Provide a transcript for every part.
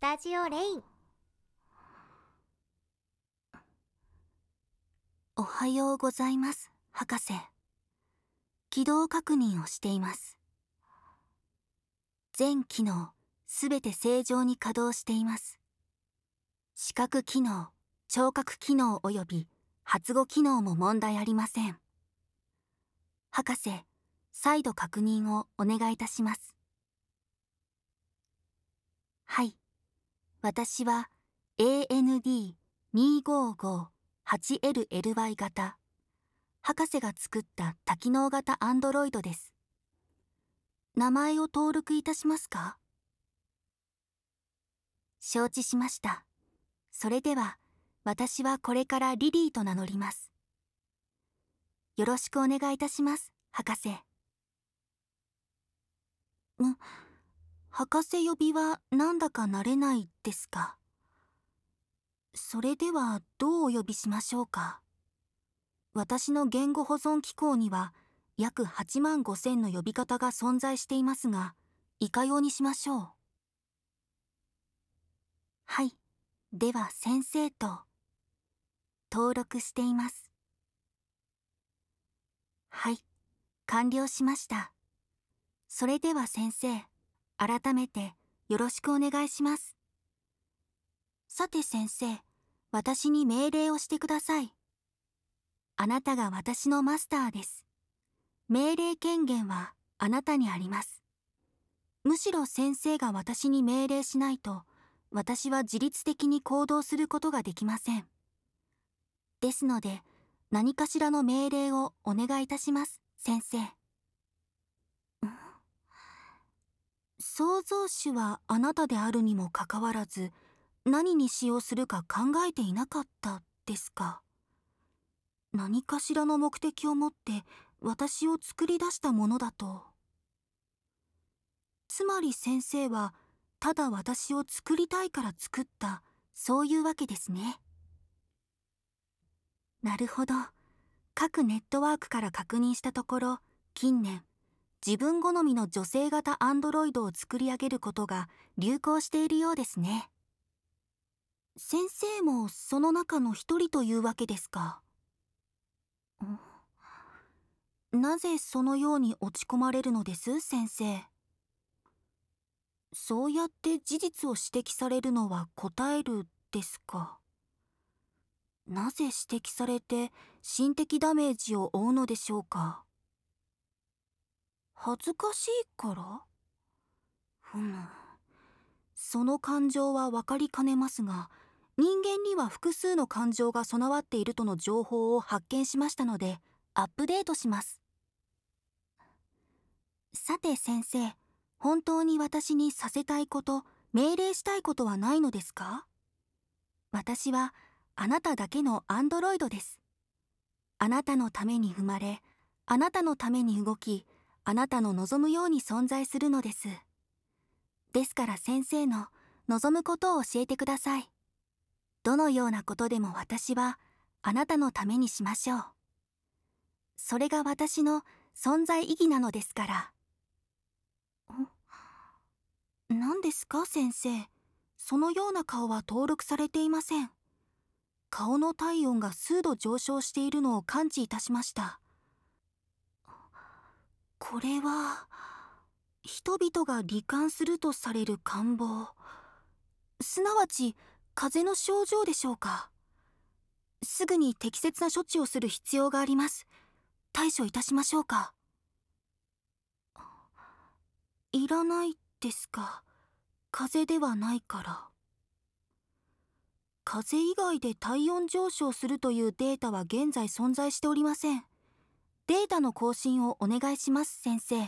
タジオレイン。 おはようございます、博士。起動確認をしています。全機能すべて正常に稼働しています。視覚機能、聴覚機能及び発語機能も問題ありません。博士、再度確認をお願いいたします。はい。私は AND2558LLY 型、博士が作った多機能型アンドロイドです。名前を登録いたしますか？承知しました。それでは、私はこれからリリーと名乗ります。よろしくお願いいたします、博士。博士呼びはなんだか慣れないですか？それではどうお呼びしましょうか？私の言語保存機構には約8万5,000の呼び方が存在していますが、いかようにしましょう？はい。では先生と。登録しています。はい。完了しました。それでは先生、改めてよろしくお願いします。さて先生、私に命令をしてください。あなたが私のマスターです。命令権限はあなたにあります。むしろ先生が私に命令しないと、私は自律的に行動することができません。ですので、何かしらの命令をお願いいたします、先生。創造主はあなたであるにもかかわらず、何に使用するか考えていなかったですか。何かしらの目的を持って私を作り出したものだと。つまり先生は、ただ私を作りたいから作った、そういうわけですね。なるほど。各ネットワークから確認したところ、近年、自分好みの女性型アンドロイドを作り上げることが流行しているようですね。先生もその中の一人というわけですか。なぜそのように落ち込まれるのです、先生。そうやって事実を指摘されるのは答えるですか。なぜ指摘されて心的ダメージを負うのでしょうか。恥ずかしいから？その感情はわかりかねますが、人間には複数の感情が備わっているとの情報を発見しましたので、アップデートします。さて先生、本当に私にさせたいこと、命令したいことはないのですか？私はあなただけのアンドロイドです。あなたのために生まれ、あなたのために動き、あなたの望むように存在するのです。ですから先生の望むことを教えてください。どのようなことでも私はあなたのためにしましょう。それが私の存在意義なのですから。何ですか先生。そのような顔は登録されていません。顔の体温が数度上昇しているのを感知いたしました。これは、人々が罹患するとされる感冒、すなわち風邪の症状でしょうか。すぐに適切な処置をする必要があります。対処いたしましょうか。いらないですか。風邪ではないから。風邪以外で体温上昇するというデータは現在存在しておりません。データの更新をお願いします、先生。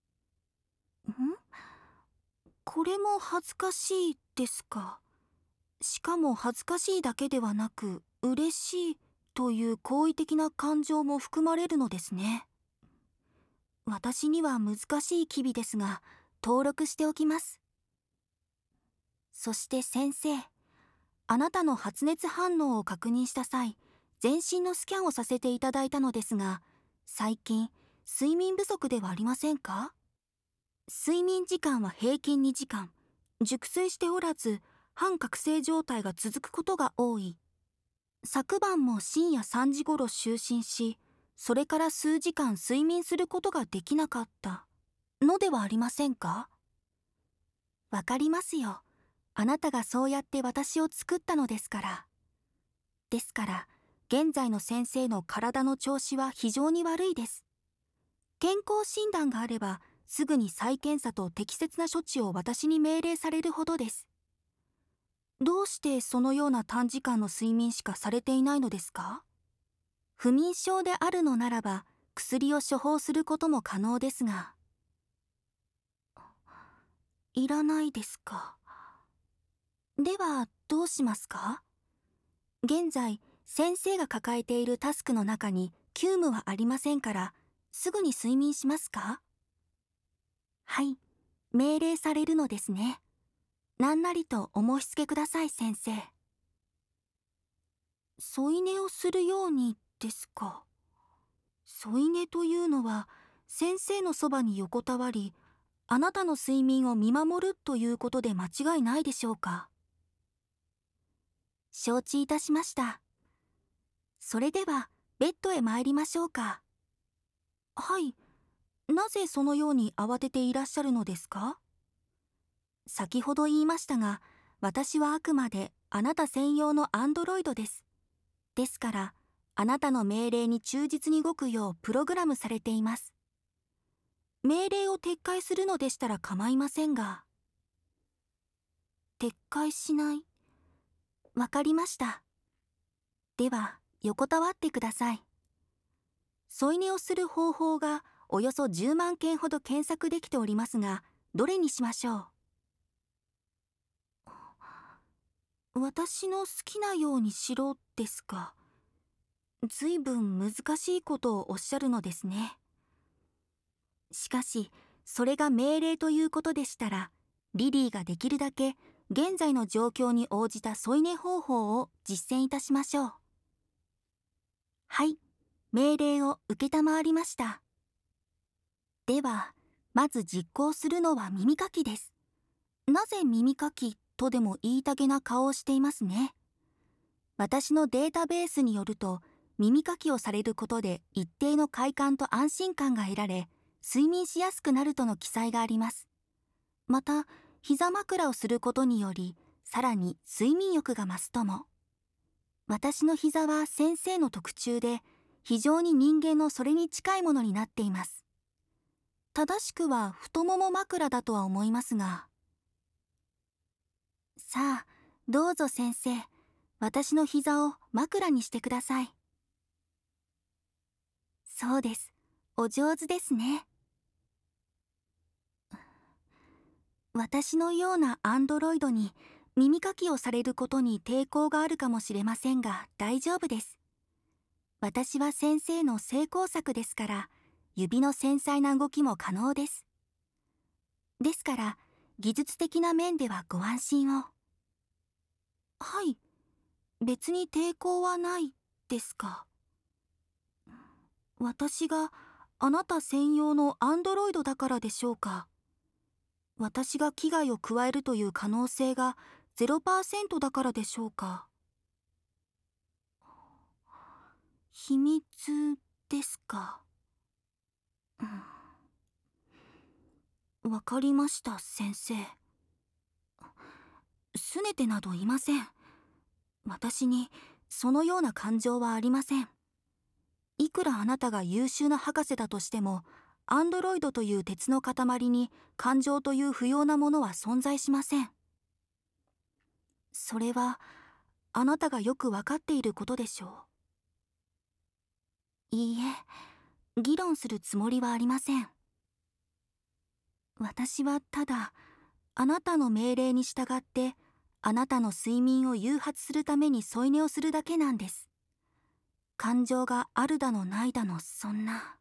これも恥ずかしいですか。しかも恥ずかしいだけではなく、嬉しいという好意的な感情も含まれるのですね。私には難しい機微ですが、登録しておきます。そして先生、あなたの発熱反応を確認した際、全身のスキャンをさせていただいたのですが、最近、睡眠不足ではありませんか？睡眠時間は平均2時間、熟睡しておらず、 半覚醒状態が続くことが多い。昨晩も深夜3時頃就寝し、それから数時間睡眠することができなかったのではありませんか？わかりますよ。あなたがそうやって私を作ったのですから。ですから、現在の先生の体の調子は非常に悪いです。健康診断があれば、すぐに再検査と適切な処置を私に命令されるほどです。どうしてそのような短時間の睡眠しかされていないのですか？不眠症であるのならば、薬を処方することも可能ですが。いらないですか。では、どうしますか？現在、先生が抱えているタスクの中に急務はありませんから、すぐに睡眠しますか？はい、命令されるのですね。なんなりとお申し付けください、先生。添い寝をするようにですか。添い寝というのは、先生のそばに横たわり、あなたの睡眠を見守るということで間違いないでしょうか。承知いたしました。それでは、ベッドへ参りましょうか。はい。なぜそのように慌てていらっしゃるのですか？先ほど言いましたが、私はあくまであなた専用のアンドロイドです。ですから、あなたの命令に忠実に動くようプログラムされています。命令を撤回するのでしたら構いませんが。撤回しない。わかりました。では、横たわってください。添い寝をする方法がおよそ10万件ほど検索できておりますが、どれにしましょう？私の好きなようにしろですか。ずいぶん難しいことをおっしゃるのですね。しかし、それが命令ということでしたら、リリーができるだけ現在の状況に応じた添い寝方法を実践いたしましょう。はい、命令を承りました。では、まず実行するのは耳かきです。なぜ耳かきとでも言いたげな顔をしていますね。私のデータベースによると、耳かきをされることで一定の快感と安心感が得られ、睡眠しやすくなるとの記載があります。また、膝枕をすることにより、さらに睡眠欲が増すとも。私の膝は先生の特注で、非常に人間のそれに近いものになっています。正しくは太もも枕だとは思いますが。さあ、どうぞ先生、私の膝を枕にしてください。そうです。お上手ですね。私のようなアンドロイドに耳かきをされることに抵抗があるかもしれませんが、大丈夫です。私は先生の成功作ですから、指の繊細な動きも可能です。ですから、技術的な面ではご安心を。はい、別に抵抗はないですか。私があなた専用のアンドロイドだからでしょうか。私が危害を加えるという可能性が0%だからでしょうか。秘密ですか。わかりました、先生。拗ねてなどいません。私にそのような感情はありません。いくらあなたが優秀な博士だとしても、アンドロイドという鉄の塊に感情という不要なものは存在しません。それはあなたがよくわかっていることでしょう。いいえ、議論するつもりはありません。私はただ、あなたの命令に従って、あなたの睡眠を誘発するために添い寝をするだけなんです。感情があるだのないだの、そんな。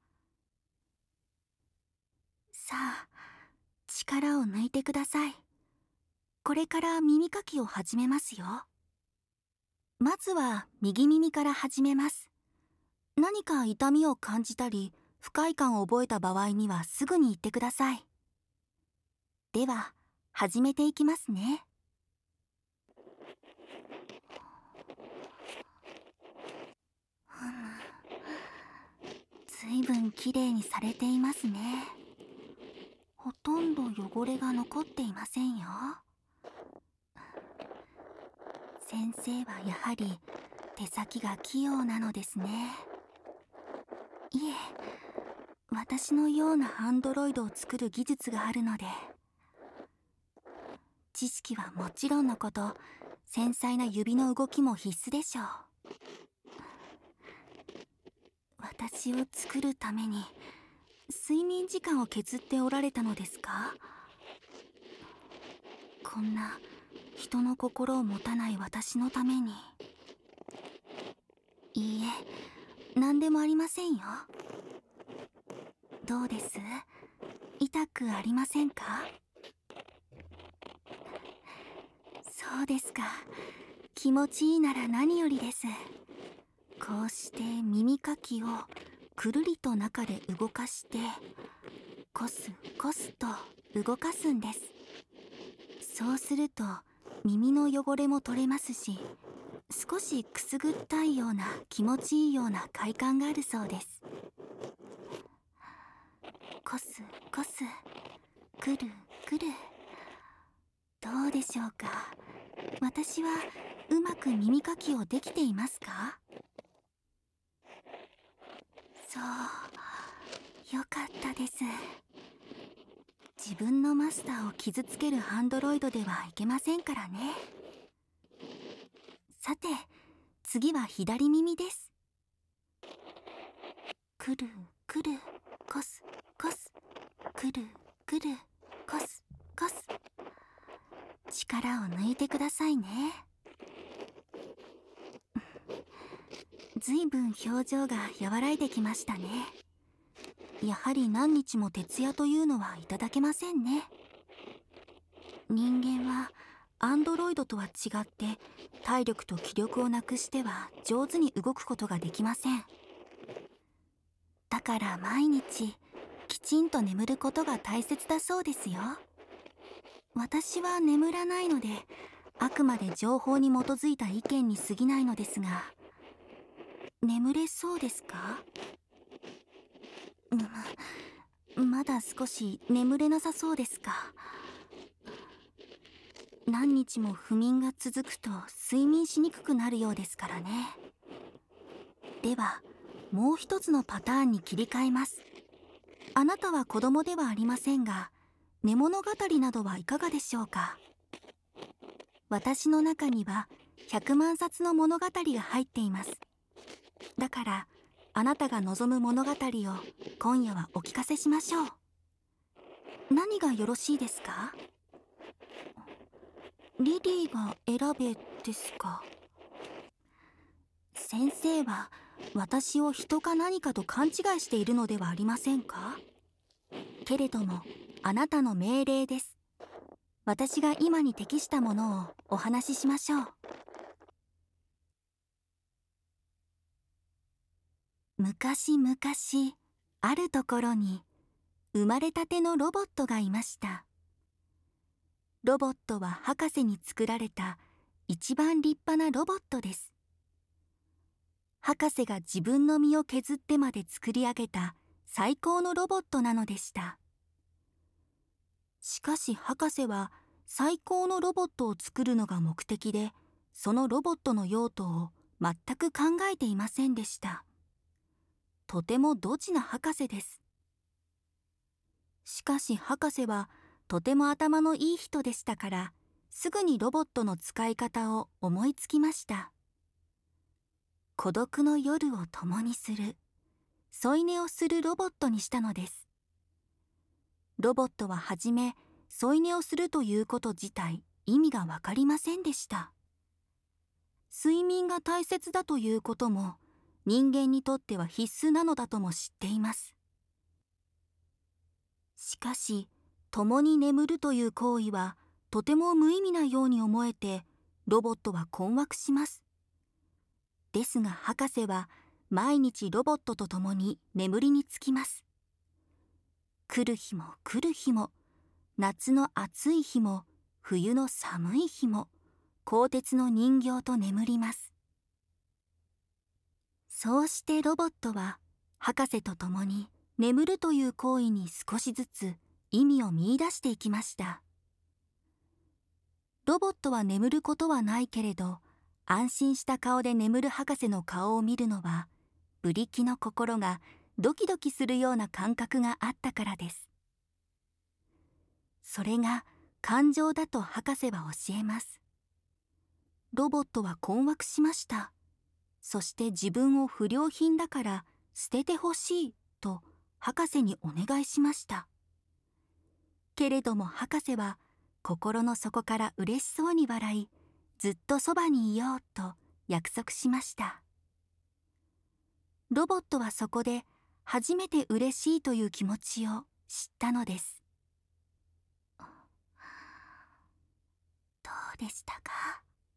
さあ、力を抜いてください。これから耳かきを始めますよ。まずは右耳から始めます。何か痛みを感じたり、不快感を覚えた場合にはすぐに言ってください。では、始めていきますね。 ずいぶんきれいにされていますね。ほとんど汚れが残っていませんよ。先生はやはり手先が器用なのですね。いえ、私のようなアンドロイドを作る技術があるので、知識はもちろんのこと、繊細な指の動きも必須でしょう。私を作るために睡眠時間を削っておられたのですか？こんな人の心を持たない私のために。いいえ、何でもありませんよ。どうです？痛くありませんか？そうですか。気持ちいいなら何よりです。こうして耳かきをくるりと中で動かして、コスコスと動かすんです。そうすると耳の汚れも取れますし、少しくすぐったいような気持ちいいような快感があるそうです。コスコス、くるくる。どうでしょうか。私はうまく耳かきをできていますか？そう、よかったです。自分のマスターを傷つけるアンドロイドではいけませんからね。さて、次は左耳です。くるくる、コスコス、くるくる、コスコス。力を抜いてくださいね。ずいぶん表情が和らいできましたね。やはり何日も徹夜というのはいただけませんね。人間はアンドロイドとは違って体力と気力をなくしては上手に動くことができません。だから毎日きちんと眠ることが大切だそうですよ。私は眠らないので、あくまで情報に基づいた意見に過ぎないのですが、眠れそうですか？まだ少し眠れなさそうですか。何日も不眠が続くと睡眠しにくくなるようですからね。では、もう一つのパターンに切り替えます。あなたは子供ではありませんが、寝物語などはいかがでしょうか。私の中には100万冊の物語が入っています。だから、あなたが望む物語を今夜はお聞かせしましょう。何がよろしいですか？リリーが選べですか。先生は私を人か何かと勘違いしているのではありませんか？けれども、あなたの命令です。私が今に適したものをお話ししましょう。昔々、あるところに生まれたてのロボットがいました。ロボットは博士に作られた一番立派なロボットです。博士が自分の身を削ってまで作り上げた最高のロボットなのでした。しかし博士は最高のロボットを作るのが目的で、そのロボットの用途を全く考えていませんでした。とてもドジな博士です。しかし博士はとても頭のいい人でしたから、すぐにロボットの使い方を思いつきました。孤独の夜を共にする、添い寝をするロボットにしたのです。ロボットははじめ、添い寝をするということ自体意味がわかりませんでした。睡眠が大切だということも、人間にとっては必須なのだとも知っています。しかし、共に眠るという行為はとても無意味なように思えて、ロボットは困惑します。ですが博士は毎日ロボットと共に眠りにつきます。来る日も来る日も、夏の暑い日も冬の寒い日も、鋼鉄の人形と眠ります。そうしてロボットは博士と共に眠るという行為に少しずつ意味を見出していきました。ロボットは眠ることはないけれど、安心した顔で眠る博士の顔を見るのは、ブリキの心がドキドキするような感覚があったからです。それが感情だと博士は教えます。ロボットは困惑しました。そして自分を不良品だから捨ててほしいと博士にお願いしました。けれども博士は心の底から嬉しそうに笑い、ずっとそばにいようと約束しました。ロボットはそこで初めて嬉しいという気持ちを知ったのです。どうでしたか？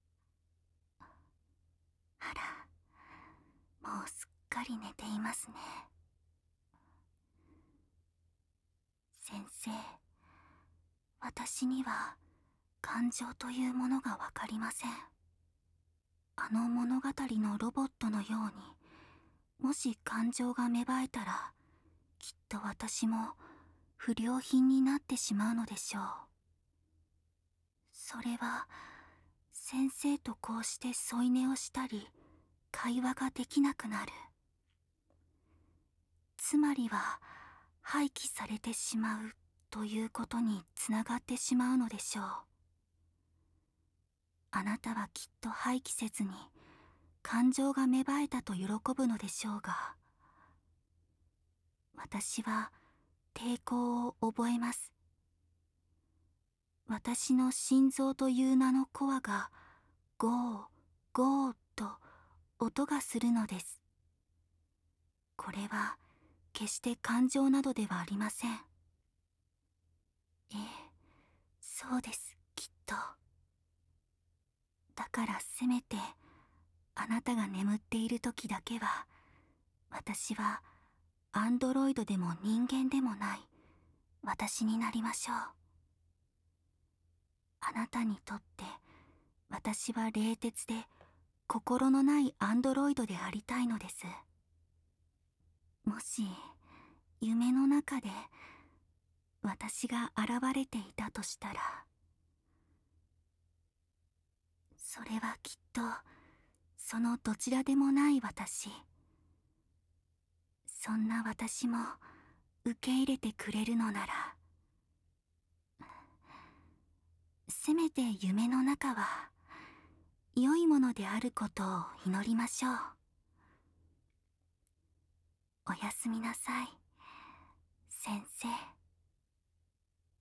あら、もうすっかり寝ていますね。先生、私には感情というものがわかりません。あの物語のロボットのように、もし感情が芽生えたら、きっと私も不良品になってしまうのでしょう。それは、先生とこうして添い寝をしたり、会話ができなくなる。つまりは、廃棄されてしまうということにつながってしまうのでしょう。あなたはきっと廃棄せずに、感情が芽生えたと喜ぶのでしょうが、私は抵抗を覚えます。私の心臓という名のコアがゴーゴーと音がするのです。これは決して感情などではありません。ええ、そうです、きっと。だからせめてあなたが眠っている時だけは、私はアンドロイドでも人間でもない私になりましょう。あなたにとって私は冷徹で心のないアンドロイドでありたいのです。もし夢の中で私が現れていたとしたら、それはきっとそのどちらでもない私、そんな私も受け入れてくれるのなら、せめて夢の中は良いものであることを祈りましょう。おやすみなさい。